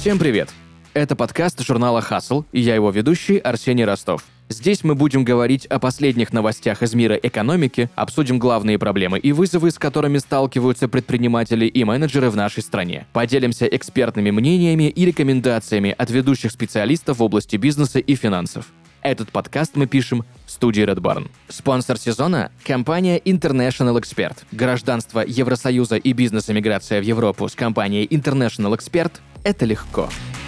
Всем привет! Это подкаст журнала Hustle, и я его ведущий Арсений Ростов. Здесь мы будем говорить о последних новостях из мира экономики, обсудим главные проблемы и вызовы, с которыми сталкиваются предприниматели и менеджеры в нашей стране. Поделимся экспертными мнениями и рекомендациями от ведущих специалистов в области бизнеса и финансов. Этот подкаст мы пишем в студии Red Barn. Спонсор сезона – компания International Expert. Гражданство Евросоюза и бизнес-эмиграция в Европу с компанией International Expert – это легко.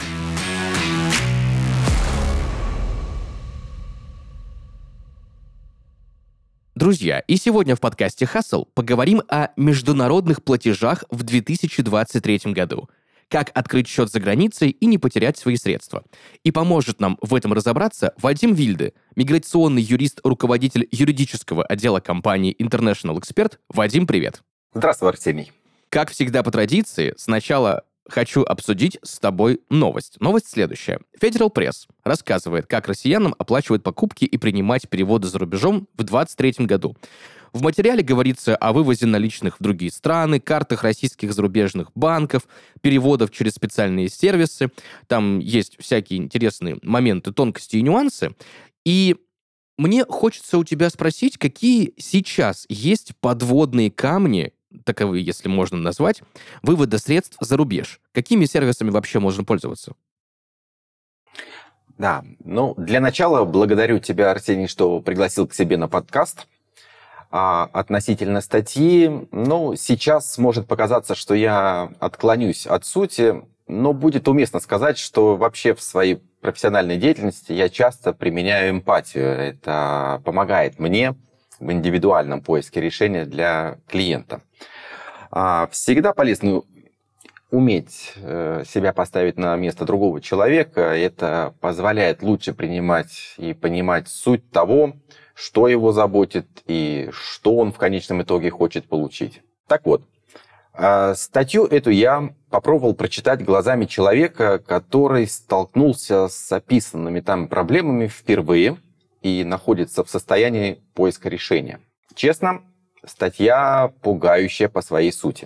Друзья, и сегодня в подкасте Hustle поговорим о международных платежах в 2023 году. Как открыть счет за границей и не потерять свои средства. И поможет нам в этом разобраться Вадим Вильде, миграционный юрист, руководитель юридического отдела компании International Expert. Вадим, привет. Здравствуй, Арсений. Как всегда по традиции, сначала хочу обсудить с тобой новость. Новость следующая. Federal Press рассказывает, как россиянам оплачивают покупки и принимать переводы за рубежом в 2023 году. В материале говорится о вывозе наличных в другие страны, картах российских зарубежных банков, переводов через специальные сервисы. Там есть всякие интересные моменты, тонкости и нюансы. И мне хочется у тебя спросить, какие сейчас есть подводные камни, таковые, если можно назвать, вывода средств за рубеж. Какими сервисами вообще можно пользоваться? Да, для начала благодарю тебя, Арсений, что пригласил к себе на подкаст. Относительно статьи, сейчас может показаться, что я отклонюсь от сути, но будет уместно сказать, что вообще в своей профессиональной деятельности я часто применяю эмпатию. Это помогает мне в индивидуальном поиске решения для клиента. Всегда полезно уметь себя поставить на место другого человека. Это позволяет лучше принимать и понимать суть того, что его заботит и что он в конечном итоге хочет получить. Так вот, статью эту я попробовал прочитать глазами человека, который столкнулся с описанными там проблемами впервые и находится в состоянии поиска решения. Честно, статья пугающая по своей сути.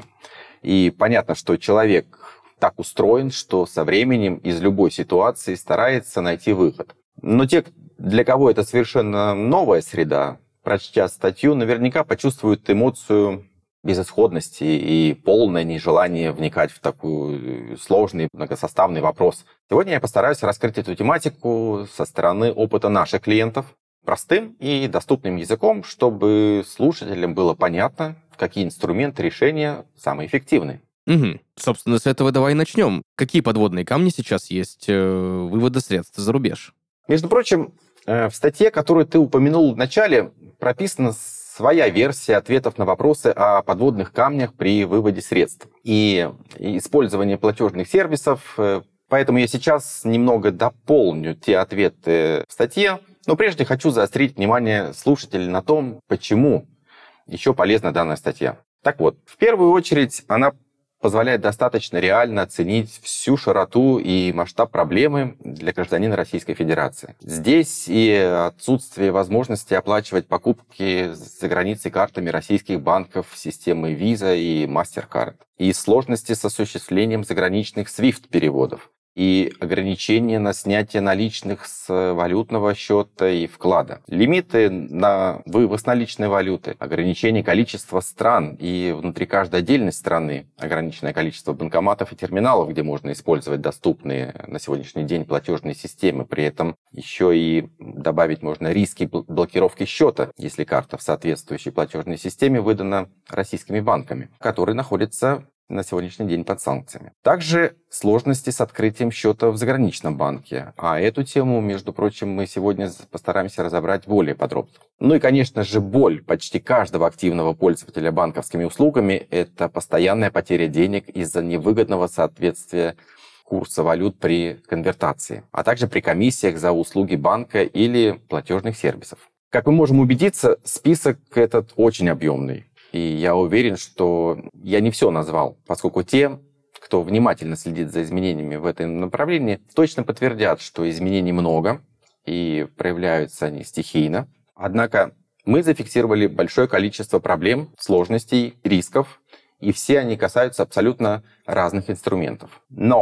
И понятно, что человек так устроен, что со временем из любой ситуации старается найти выход. Но те, для кого это совершенно новая среда, прочтя статью, наверняка почувствуют эмоцию безысходности и полное нежелание вникать в такой сложный, многосоставный вопрос. Сегодня я постараюсь раскрыть эту тематику со стороны опыта наших клиентов простым и доступным языком, чтобы слушателям было понятно, какие инструменты решения самые эффективные. Угу. Собственно, с этого давай начнем. Какие подводные камни сейчас есть вывода средств за рубеж? Между прочим, в статье, которую ты упомянул в начале, прописана своя версия ответов на вопросы о подводных камнях при выводе средств и использовании платежных сервисов. Поэтому я сейчас немного дополню те ответы в статье. Но прежде хочу заострить внимание слушателей на том, почему еще полезна данная статья. Так вот, в первую очередь она позволяет достаточно реально оценить всю широту и масштаб проблемы для гражданина Российской Федерации. Здесь и отсутствие возможности оплачивать покупки за границей картами российских банков системы Visa и MasterCard, и сложности с осуществлением заграничных SWIFT-переводов, и ограничения на снятие наличных с валютного счета и вклада, лимиты на вывоз наличной валюты, ограничение количества стран и внутри каждой отдельной страны ограниченное количество банкоматов и терминалов, где можно использовать доступные на сегодняшний день платежные системы. При этом еще и добавить можно риски блокировки счета, если карта в соответствующей платежной системе выдана российскими банками, которые находятся на сегодняшний день под санкциями. Также сложности с открытием счета в заграничном банке. А эту тему, между прочим, мы сегодня постараемся разобрать более подробно. И, конечно же, боль почти каждого активного пользователя банковскими услугами – это постоянная потеря денег из-за невыгодного соответствия курса валют при конвертации, а также при комиссиях за услуги банка или платежных сервисов. Как мы можем убедиться, список этот очень объемный. И я уверен, что я не все назвал, поскольку те, кто внимательно следит за изменениями в этом направлении, точно подтвердят, что изменений много и проявляются они стихийно. Однако мы зафиксировали большое количество проблем, сложностей, рисков, и все они касаются абсолютно разных инструментов. Но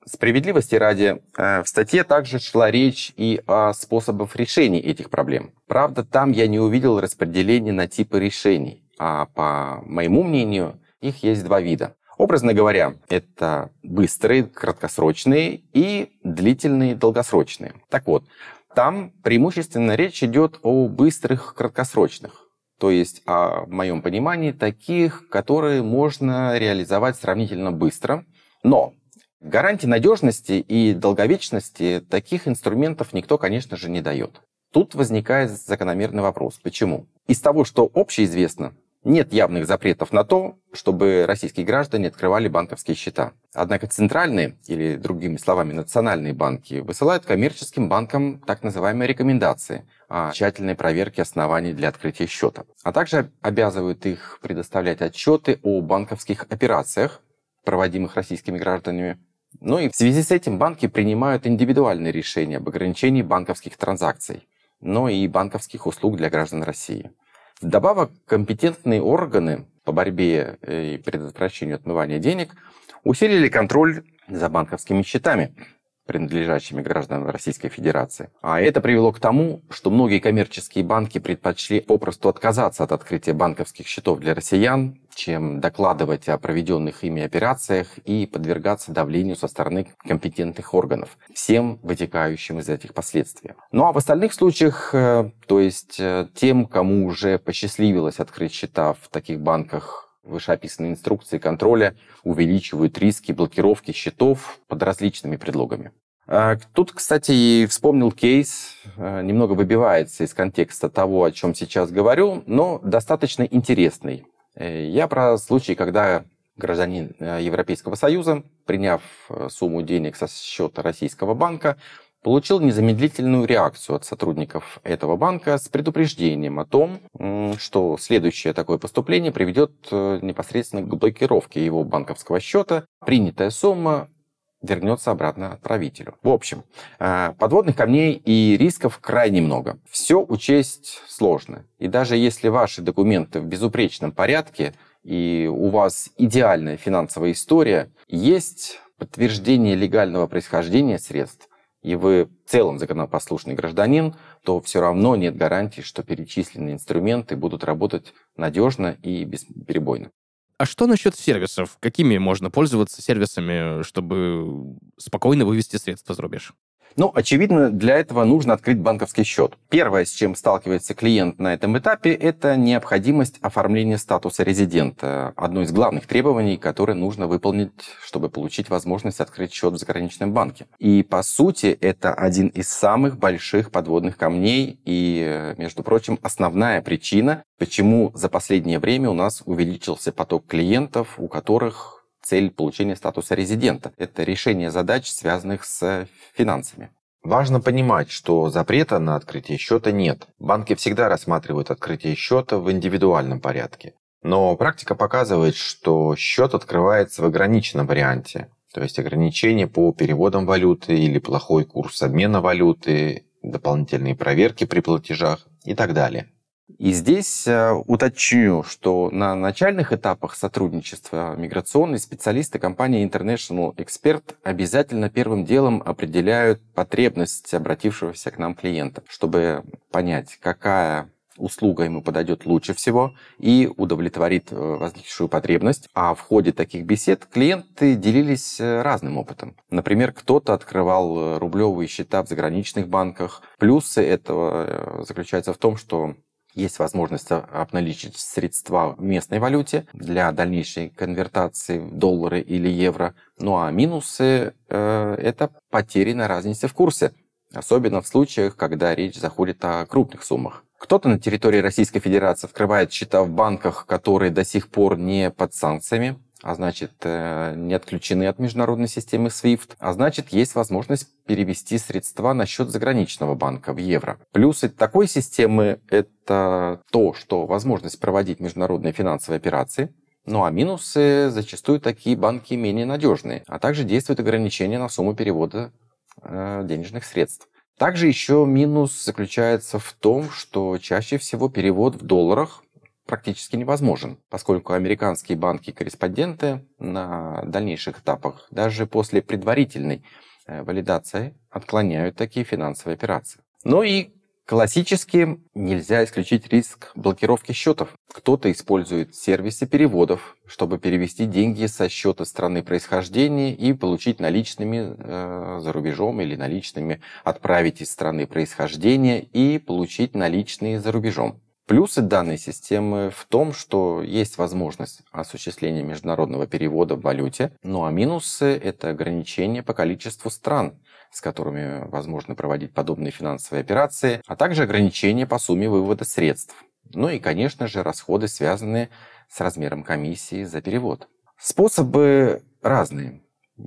Справедливости ради, в статье также шла речь и о способах решения этих проблем. Правда, там я не увидел распределения на типы решений, а по моему мнению, их есть два вида. Образно говоря, это быстрые, краткосрочные и длительные, долгосрочные. Так вот, там преимущественно речь идет о быстрых, краткосрочных. То есть, в моем понимании, таких, которые можно реализовать сравнительно быстро. Но гарантии надежности и долговечности таких инструментов никто, конечно же, не дает. Тут возникает закономерный вопрос. Почему? Из того, что общеизвестно, нет явных запретов на то, чтобы российские граждане открывали банковские счета. Однако центральные, или другими словами, национальные банки высылают коммерческим банкам так называемые рекомендации о тщательной проверке оснований для открытия счета, а также обязывают их предоставлять отчеты о банковских операциях, проводимых российскими гражданами. Ну и в связи с этим банки принимают индивидуальные решения об ограничении банковских транзакций, но и банковских услуг для граждан России. Вдобавок, компетентные органы по борьбе и предотвращению отмывания денег усилили контроль за банковскими счетами, принадлежащими гражданам Российской Федерации. А это привело к тому, что многие коммерческие банки предпочли попросту отказаться от открытия банковских счетов для россиян, чем докладывать о проведенных ими операциях и подвергаться давлению со стороны компетентных органов, всем вытекающим из этих последствий. Ну а в остальных случаях, то есть тем, кому уже посчастливилось открыть счета в таких банках, вышеописанные инструкции контроля увеличивают риски блокировки счетов под различными предлогами. Тут, кстати, и вспомнил кейс, немного выбивается из контекста того, о чем сейчас говорю, но достаточно интересный. Я про случай, когда гражданин Европейского Союза, приняв сумму денег со счета российского банка, получил незамедлительную реакцию от сотрудников этого банка с предупреждением о том, что следующее такое поступление приведет непосредственно к блокировке его банковского счета. Принятая сумма вернется обратно отправителю. В общем, подводных камней и рисков крайне много. Все учесть сложно. И даже если ваши документы в безупречном порядке и у вас идеальная финансовая история, есть подтверждение легального происхождения средств, и вы в целом законопослушный гражданин, то все равно нет гарантии, что перечисленные инструменты будут работать надежно и бесперебойно. А что насчет сервисов? Какими можно пользоваться сервисами, чтобы спокойно вывести средства за рубеж? Ну, очевидно, для этого нужно открыть банковский счет. Первое, с чем сталкивается клиент на этом этапе, это необходимость оформления статуса резидента. Одно из главных требований, которое нужно выполнить, чтобы получить возможность открыть счет в заграничном банке. И, по сути, это один из самых больших подводных камней и, между прочим, основная причина, почему за последнее время у нас увеличился поток клиентов, у которых цель получения статуса резидента. Это решение задач, связанных с финансами. Важно понимать, что запрета на открытие счета нет. Банки всегда рассматривают открытие счета в индивидуальном порядке. Но практика показывает, что счет открывается в ограниченном варианте. То есть ограничения по переводам валюты или плохой курс обмена валюты, дополнительные проверки при платежах и так далее. И здесь уточню, что на начальных этапах сотрудничества миграционные специалисты компании International Expert обязательно первым делом определяют потребность обратившегося к нам клиента, чтобы понять, какая услуга ему подойдет лучше всего и удовлетворит возникшую потребность. А в ходе таких бесед клиенты делились разным опытом. Например, кто-то открывал рублевые счета в заграничных банках. Плюсы этого заключаются в том, что есть возможность обналичить средства в местной валюте для дальнейшей конвертации в доллары или евро. Ну а минусы – это потери на разнице в курсе. Особенно в случаях, когда речь заходит о крупных суммах. Кто-то на территории Российской Федерации открывает счета в банках, которые до сих пор не под санкциями, а значит, не отключены от международной системы SWIFT, а значит, есть возможность перевести средства на счет заграничного банка в евро. Плюсы такой системы – это то, что возможность проводить международные финансовые операции, ну а минусы – зачастую такие банки менее надежные, а также действуют ограничения на сумму перевода денежных средств. Также еще минус заключается в том, что чаще всего перевод в долларах практически невозможен, поскольку американские банки-корреспонденты на дальнейших этапах, даже после предварительной валидации, отклоняют такие финансовые операции. Ну и классически нельзя исключить риск блокировки счетов. Кто-то использует сервисы переводов, чтобы перевести деньги со счета страны происхождения и получить наличными за рубежом или наличными отправить из страны происхождения и получить наличные за рубежом. Плюсы данной системы в том, что есть возможность осуществления международного перевода в валюте, ну а минусы – это ограничения по количеству стран, с которыми возможно проводить подобные финансовые операции, а также ограничения по сумме вывода средств. Ну и, конечно же, расходы, связанные с размером комиссии за перевод. Способы разные.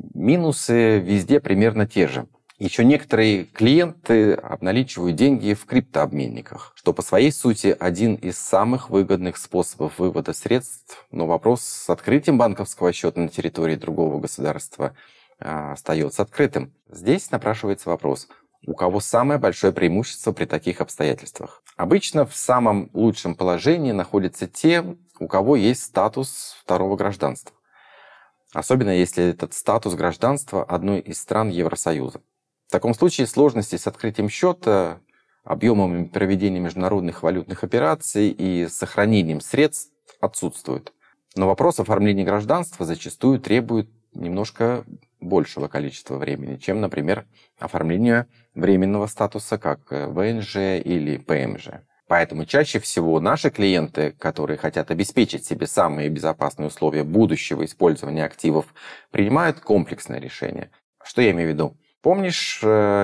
Минусы везде примерно те же. Еще некоторые клиенты обналичивают деньги в криптообменниках, что по своей сути один из самых выгодных способов вывода средств. Но вопрос с открытием банковского счета на территории другого государства остается открытым. Здесь напрашивается вопрос, у кого самое большое преимущество при таких обстоятельствах? Обычно в самом лучшем положении находятся те, у кого есть статус второго гражданства. Особенно если этот статус гражданства одной из стран Евросоюза. В таком случае сложности с открытием счета, объемами проведения международных валютных операций и сохранением средств отсутствуют. Но вопрос оформления гражданства зачастую требует немножко большего количества времени, чем, например, оформление временного статуса, как ВНЖ или ПМЖ. Поэтому чаще всего наши клиенты, которые хотят обеспечить себе самые безопасные условия будущего использования активов, принимают комплексное решение. Что я имею в виду? Помнишь,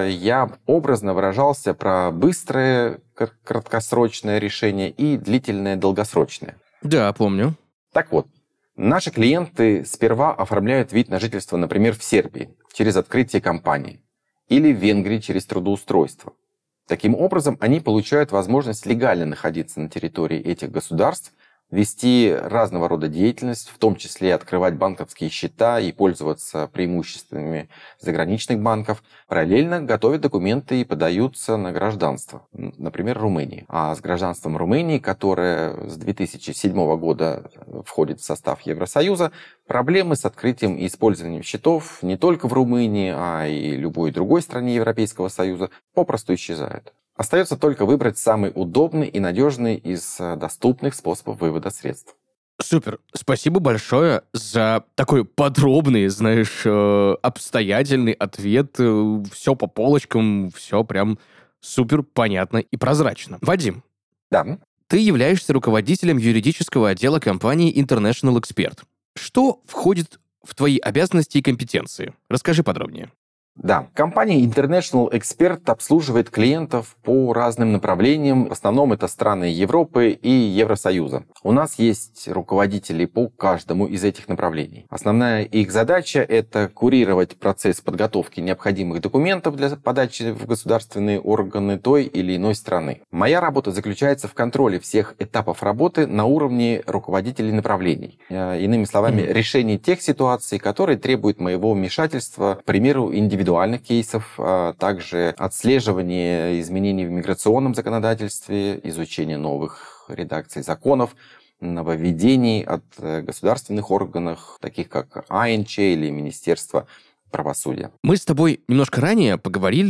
я образно выражался про быстрое краткосрочное решение и длительное долгосрочное? Да, помню. Так вот, наши клиенты сперва оформляют вид на жительство, например, в Сербии через открытие компании или в Венгрии через трудоустройство. Таким образом, они получают возможность легально находиться на территории этих государств, вести разного рода деятельность, в том числе открывать банковские счета и пользоваться преимуществами заграничных банков. Параллельно готовят документы и подаются на гражданство, например, Румынии. А с гражданством Румынии, которое с 2007 года входит в состав Евросоюза, проблемы с открытием и использованием счетов не только в Румынии, а и любой другой стране Европейского Союза попросту исчезают. Остается только выбрать самый удобный и надежный из доступных способов вывода средств. Супер. Спасибо большое за такой подробный, знаешь, обстоятельный ответ. Все по полочкам, все прям супер понятно и прозрачно. Вадим. Да. Ты являешься руководителем юридического отдела компании International Expert. Что входит в твои обязанности и компетенции? Расскажи подробнее. Да, компания International Expert обслуживает клиентов по разным направлениям. В основном это страны Европы и Евросоюза. У нас есть руководители по каждому из этих направлений. Основная их задача – это курировать процесс подготовки необходимых документов для подачи в государственные органы той или иной страны. Моя работа заключается в контроле всех этапов работы на уровне руководителей направлений. Иными словами, решение тех ситуаций, которые требуют моего вмешательства, к примеру, индивидуальных кейсов, а также отслеживание изменений в миграционном законодательстве, изучение новых редакций законов, нововведений от государственных органов, таких как АНЧ или Министерство правосудия. Мы с тобой немножко ранее поговорили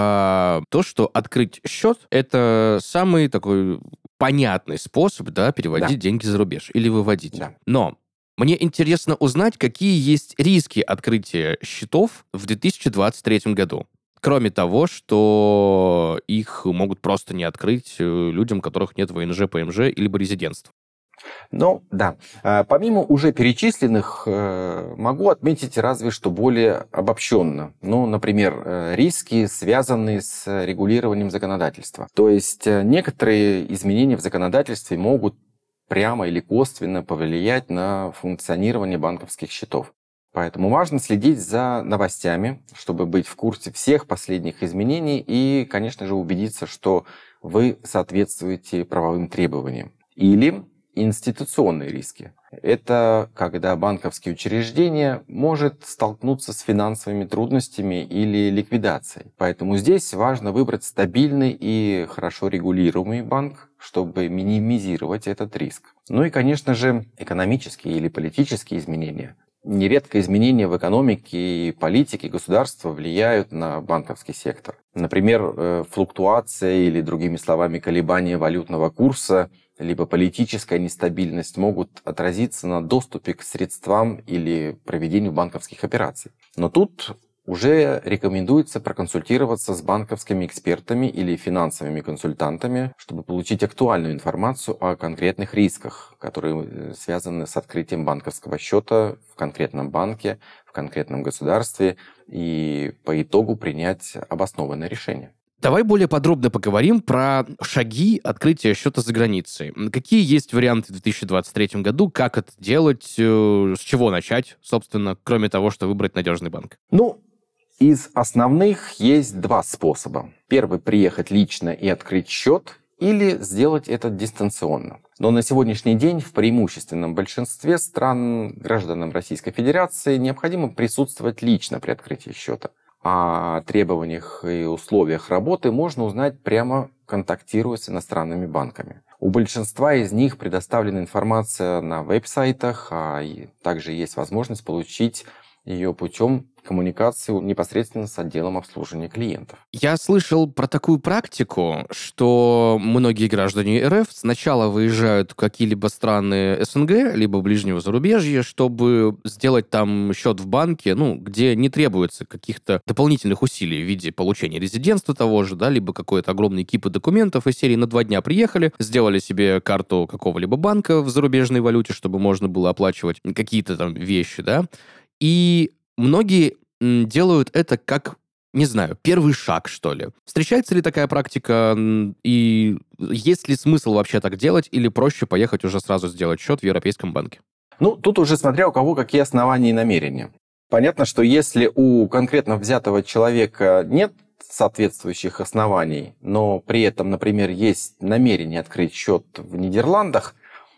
про то, что открыть счет – это самый такой понятный способ, да, переводить деньги за рубеж или выводить. Да. Но мне интересно узнать, какие есть риски открытия счетов в 2023 году. Кроме того, что их могут просто не открыть людям, у которых нет ВНЖ, ПМЖ или резидентства. Ну, да. Помимо уже перечисленных, могу отметить разве что более обобщенно. Ну, например, риски, связанные с регулированием законодательства. То есть некоторые изменения в законодательстве могут прямо или косвенно повлиять на функционирование банковских счетов. Поэтому важно следить за новостями, чтобы быть в курсе всех последних изменений и, конечно же, убедиться, что вы соответствуете правовым требованиям. Или институционные риски. Это когда банковские учреждения может столкнуться с финансовыми трудностями или ликвидацией. Поэтому здесь важно выбрать стабильный и хорошо регулируемый банк, чтобы минимизировать этот риск. Ну и, конечно же, экономические или политические изменения. Нередко изменения в экономике и политике государства влияют на банковский сектор. Например, флуктуация или, другими словами, колебания валютного курса, либо политическая нестабильность могут отразиться на доступе к средствам или проведению банковских операций. Но тут уже рекомендуется проконсультироваться с банковскими экспертами или финансовыми консультантами, чтобы получить актуальную информацию о конкретных рисках, которые связаны с открытием банковского счета в конкретном банке, в конкретном государстве, и по итогу принять обоснованное решение. Давай более подробно поговорим про шаги открытия счета за границей. Какие есть варианты в 2023 году, как это делать, с чего начать, собственно, кроме того, что выбрать надежный банк? Из основных есть два способа. Первый – приехать лично и открыть счет, или сделать это дистанционно. Но на сегодняшний день в преимущественном большинстве стран гражданам Российской Федерации необходимо присутствовать лично при открытии счета. О требованиях и условиях работы можно узнать прямо контактируя с иностранными банками. У большинства из них предоставлена информация на веб-сайтах, а также есть возможность получить ее путем коммуникации непосредственно с отделом обслуживания клиентов. Я слышал про такую практику, что многие граждане РФ сначала выезжают в какие-либо страны СНГ, либо ближнего зарубежья, чтобы сделать там счет в банке, где не требуется каких-то дополнительных усилий в виде получения резидентства того же, либо какой-то огромной кипы документов из серии на 2 дня приехали, сделали себе карту какого-либо банка в зарубежной валюте, чтобы можно было оплачивать какие-то там вещи, И многие делают это как, не знаю, первый шаг, что ли. Встречается ли такая практика, и есть ли смысл вообще так делать, или проще поехать уже сразу сделать счет в Европейском банке? Тут уже смотря у кого какие основания и намерения. Понятно, что если у конкретно взятого человека нет соответствующих оснований, но при этом, например, есть намерение открыть счет в Нидерландах,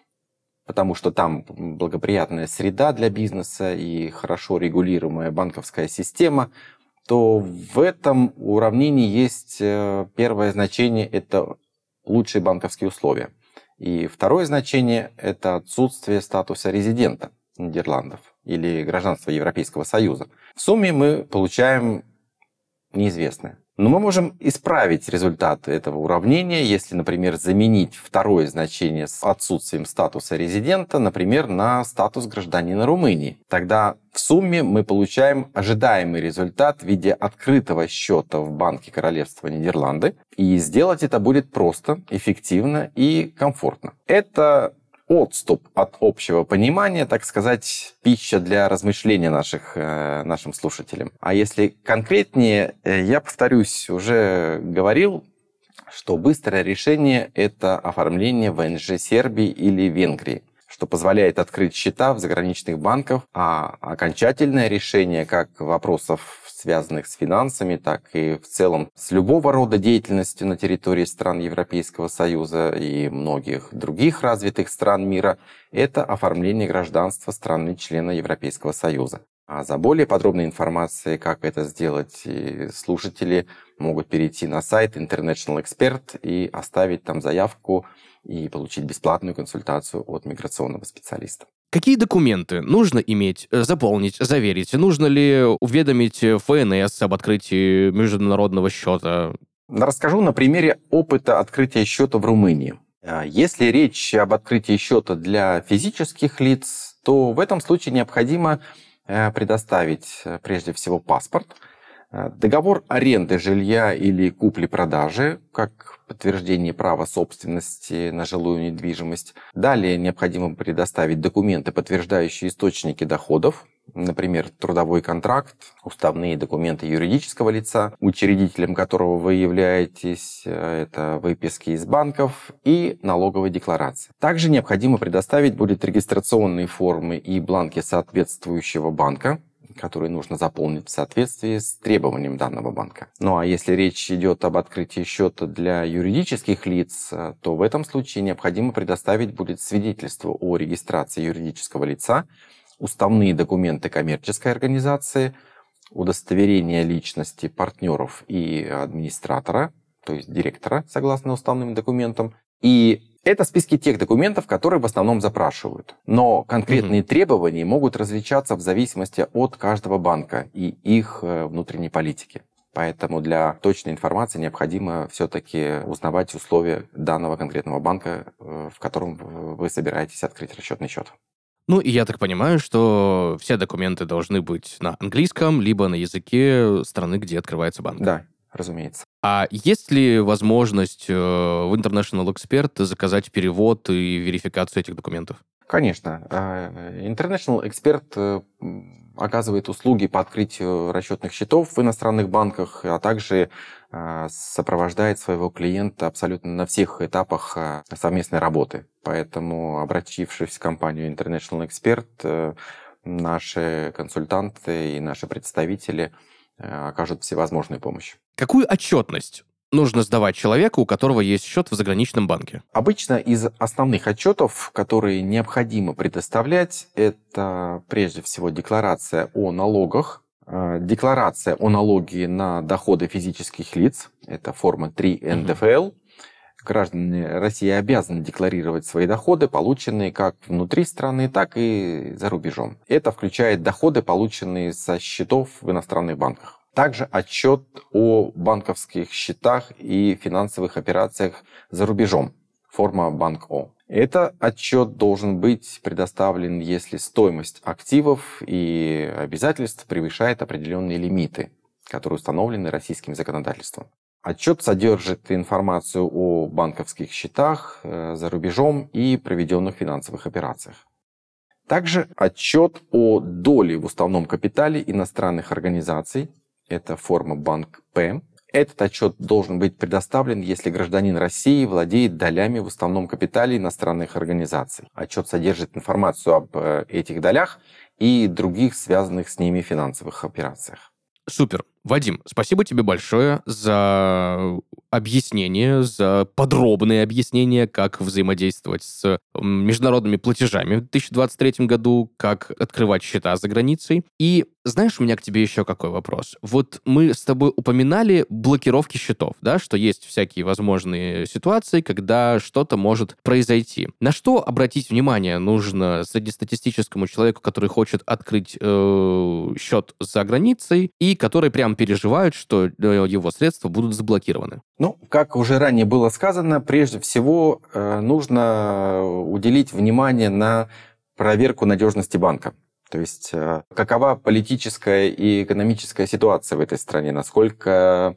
потому что там благоприятная среда для бизнеса и хорошо регулируемая банковская система, то в этом уравнении есть первое значение – это лучшие банковские условия. И второе значение – это отсутствие статуса резидента Нидерландов или гражданства Европейского Союза. В сумме мы получаем неизвестное. Но мы можем исправить результаты этого уравнения, если, например, заменить второе значение с отсутствием статуса резидента, например, на статус гражданина Румынии. Тогда в сумме мы получаем ожидаемый результат в виде открытого счета в Банке Королевства Нидерланды. И сделать это будет просто, эффективно и комфортно. Это отступ от общего понимания, так сказать, пища для размышления нашим слушателям. А если конкретнее, я повторюсь, уже говорил, что быстрое решение – это оформление ВНЖ Сербии или Венгрии, что позволяет открыть счета в заграничных банках, а окончательное решение как вопросов, связанных с финансами, так и в целом с любого рода деятельностью на территории стран Европейского Союза и многих других развитых стран мира, это оформление гражданства страны-члена Европейского Союза. А за более подробной информацией, как это сделать, слушатели могут перейти на сайт International Expert и оставить там заявку и получить бесплатную консультацию от миграционного специалиста. Какие документы нужно иметь, заполнить, заверить? Нужно ли уведомить ФНС об открытии международного счета? Расскажу на примере опыта открытия счета в Румынии. Если речь об открытии счета для физических лиц, то в этом случае необходимо предоставить прежде всего паспорт, договор аренды жилья или купли-продажи, как подтверждение права собственности на жилую недвижимость. Далее необходимо предоставить документы, подтверждающие источники доходов, например, трудовой контракт, уставные документы юридического лица, учредителем которого вы являетесь, это выписки из банков и налоговые декларации. Также необходимо предоставить будет регистрационные формы и бланки соответствующего банка, которые нужно заполнить в соответствии с требованием данного банка. Ну а если речь идет об открытии счета для юридических лиц, то в этом случае необходимо предоставить будет свидетельство о регистрации юридического лица, уставные документы коммерческой организации, удостоверение личности партнеров и администратора, то есть директора, согласно уставным документам. И это списки тех документов, которые в основном запрашивают. Но конкретные требования могут различаться в зависимости от каждого банка и их внутренней политики. Поэтому для точной информации необходимо все-таки узнавать условия данного конкретного банка, в котором вы собираетесь открыть расчетный счет. Ну, и я так понимаю, что все документы должны быть на английском, либо на языке страны, где открывается банк. Да, разумеется. А есть ли возможность в International Expert заказать перевод и верификацию этих документов? Конечно. International Expert оказывает услуги по открытию расчетных счетов в иностранных банках, а также сопровождает своего клиента абсолютно на всех этапах совместной работы. Поэтому, обратившись в компанию International Expert, наши консультанты и наши представители окажут всевозможную помощь. Какую отчетность нужно сдавать человеку, у которого есть счет в заграничном банке? Обычно из основных отчетов, которые необходимо предоставлять, это прежде всего декларация о налогах, декларация о налоге на доходы физических лиц, это форма 3 НДФЛ. Граждане России обязаны декларировать свои доходы, полученные как внутри страны, так и за рубежом. Это включает доходы, полученные со счетов в иностранных банках. Также отчет о банковских счетах и финансовых операциях за рубежом, форма Банк-О. Этот отчет должен быть предоставлен, если стоимость активов и обязательств превышает определенные лимиты, которые установлены российским законодательством. Отчет содержит информацию о банковских счетах за рубежом и проведенных финансовых операциях. Также отчет о доле в уставном капитале иностранных организаций, это форма Банк-П. Этот отчет должен быть предоставлен, если гражданин России владеет долями в уставном капитале иностранных организаций. Отчет содержит информацию об этих долях и других связанных с ними финансовых операциях. Супер. Вадим, спасибо тебе большое за объяснение, за подробные объяснения, как взаимодействовать с международными платежами в 2023 году, как открывать счета за границей. И знаешь, у меня к тебе еще какой вопрос? Вот мы с тобой упоминали блокировки счетов, да, что есть всякие возможные ситуации, когда что-то может произойти. На что обратить внимание нужно среднестатистическому человеку, который хочет открыть счет за границей и который прям переживают, что его средства будут заблокированы? Ну, как уже ранее было сказано, прежде всего нужно уделить внимание на проверку надежности банка. То есть, какова политическая и экономическая ситуация в этой стране, насколько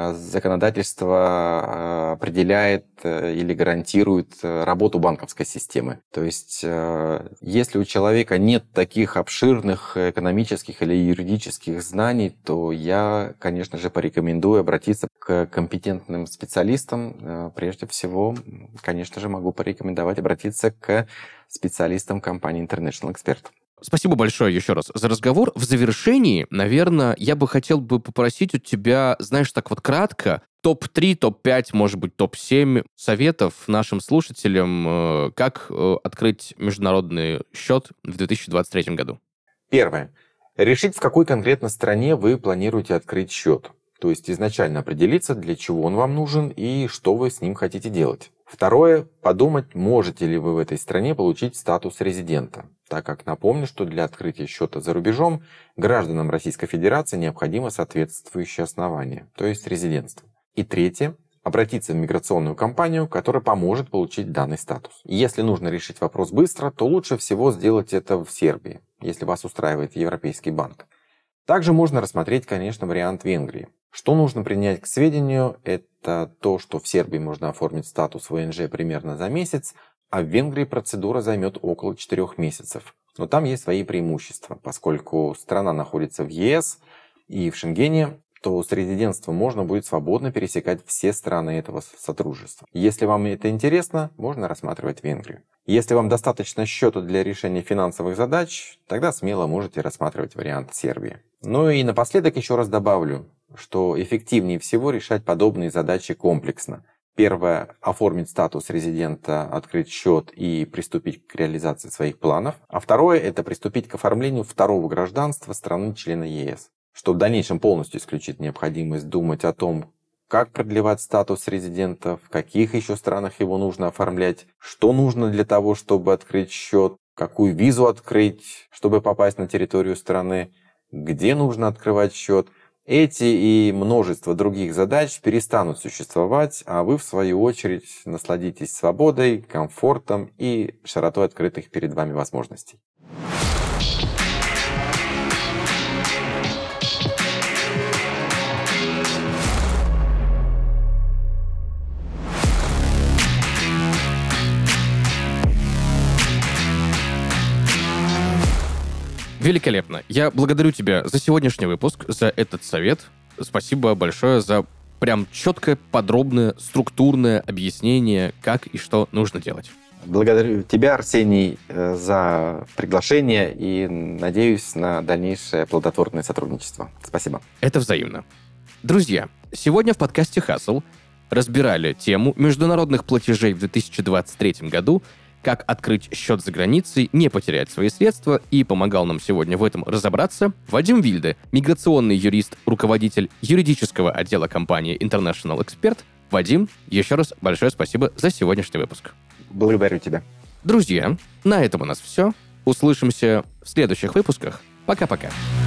законодательство определяет или гарантирует работу банковской системы. То есть, если у человека нет таких обширных экономических или юридических знаний, то я, конечно же, порекомендую обратиться к компетентным специалистам. Прежде всего, конечно же, могу порекомендовать обратиться к специалистам компании International Expert. Спасибо большое еще раз за разговор. В завершении, наверное, я бы хотел попросить у тебя, знаешь, так вот кратко, топ-3, топ-5, может быть, топ-7 советов нашим слушателям, как открыть международный счет в 2023 году. Первое. Решить, в какой конкретно стране вы планируете открыть счет. То есть изначально определиться, для чего он вам нужен и что вы с ним хотите делать. Второе. Подумать, можете ли вы в этой стране получить статус резидента, так как напомню, что для открытия счета за рубежом гражданам Российской Федерации необходимо соответствующее основание, то есть резидентство. И третье. Обратиться в миграционную компанию, которая поможет получить данный статус. Если нужно решить вопрос быстро, то лучше всего сделать это в Сербии, если вас устраивает Европейский банк. Также можно рассмотреть, конечно, вариант Венгрии. Что нужно принять к сведению, это то, что в Сербии можно оформить статус ВНЖ примерно за месяц, а в Венгрии процедура займет около 4 месяцев. Но там есть свои преимущества, поскольку страна находится в ЕС и в Шенгене, то с резидентством можно будет свободно пересекать все страны этого сотрудничества. Если вам это интересно, можно рассматривать Венгрию. Если вам достаточно счета для решения финансовых задач, тогда смело можете рассматривать вариант Сербии. Ну и напоследок еще раз добавлю, что эффективнее всего решать подобные задачи комплексно. Первое – оформить статус резидента, открыть счет и приступить к реализации своих планов. А второе – это приступить к оформлению второго гражданства страны-члена ЕС, что в дальнейшем полностью исключит необходимость думать о том, как продлевать статус резидента, в каких еще странах его нужно оформлять, что нужно для того, чтобы открыть счет, какую визу открыть, чтобы попасть на территорию страны, где нужно открывать счет. Эти и множество других задач перестанут существовать, а вы, в свою очередь, насладитесь свободой, комфортом и широтой открытых перед вами возможностей. Великолепно. Я благодарю тебя за сегодняшний выпуск, за этот совет. Спасибо большое за прям четкое, подробное, структурное объяснение, как и что нужно делать. Благодарю тебя, Арсений, за приглашение и надеюсь на дальнейшее плодотворное сотрудничество. Спасибо. Это взаимно. Друзья, сегодня в подкасте «Хасл» разбирали тему международных платежей в 2023 году, как открыть счет за границей, не потерять свои средства, и помогал нам сегодня в этом разобраться Вадим Вильде, миграционный юрист, руководитель юридического отдела компании International Expert. Вадим, еще раз большое спасибо за сегодняшний выпуск. Благодарю тебя. Друзья, на этом у нас все. Услышимся в следующих выпусках. Пока-пока.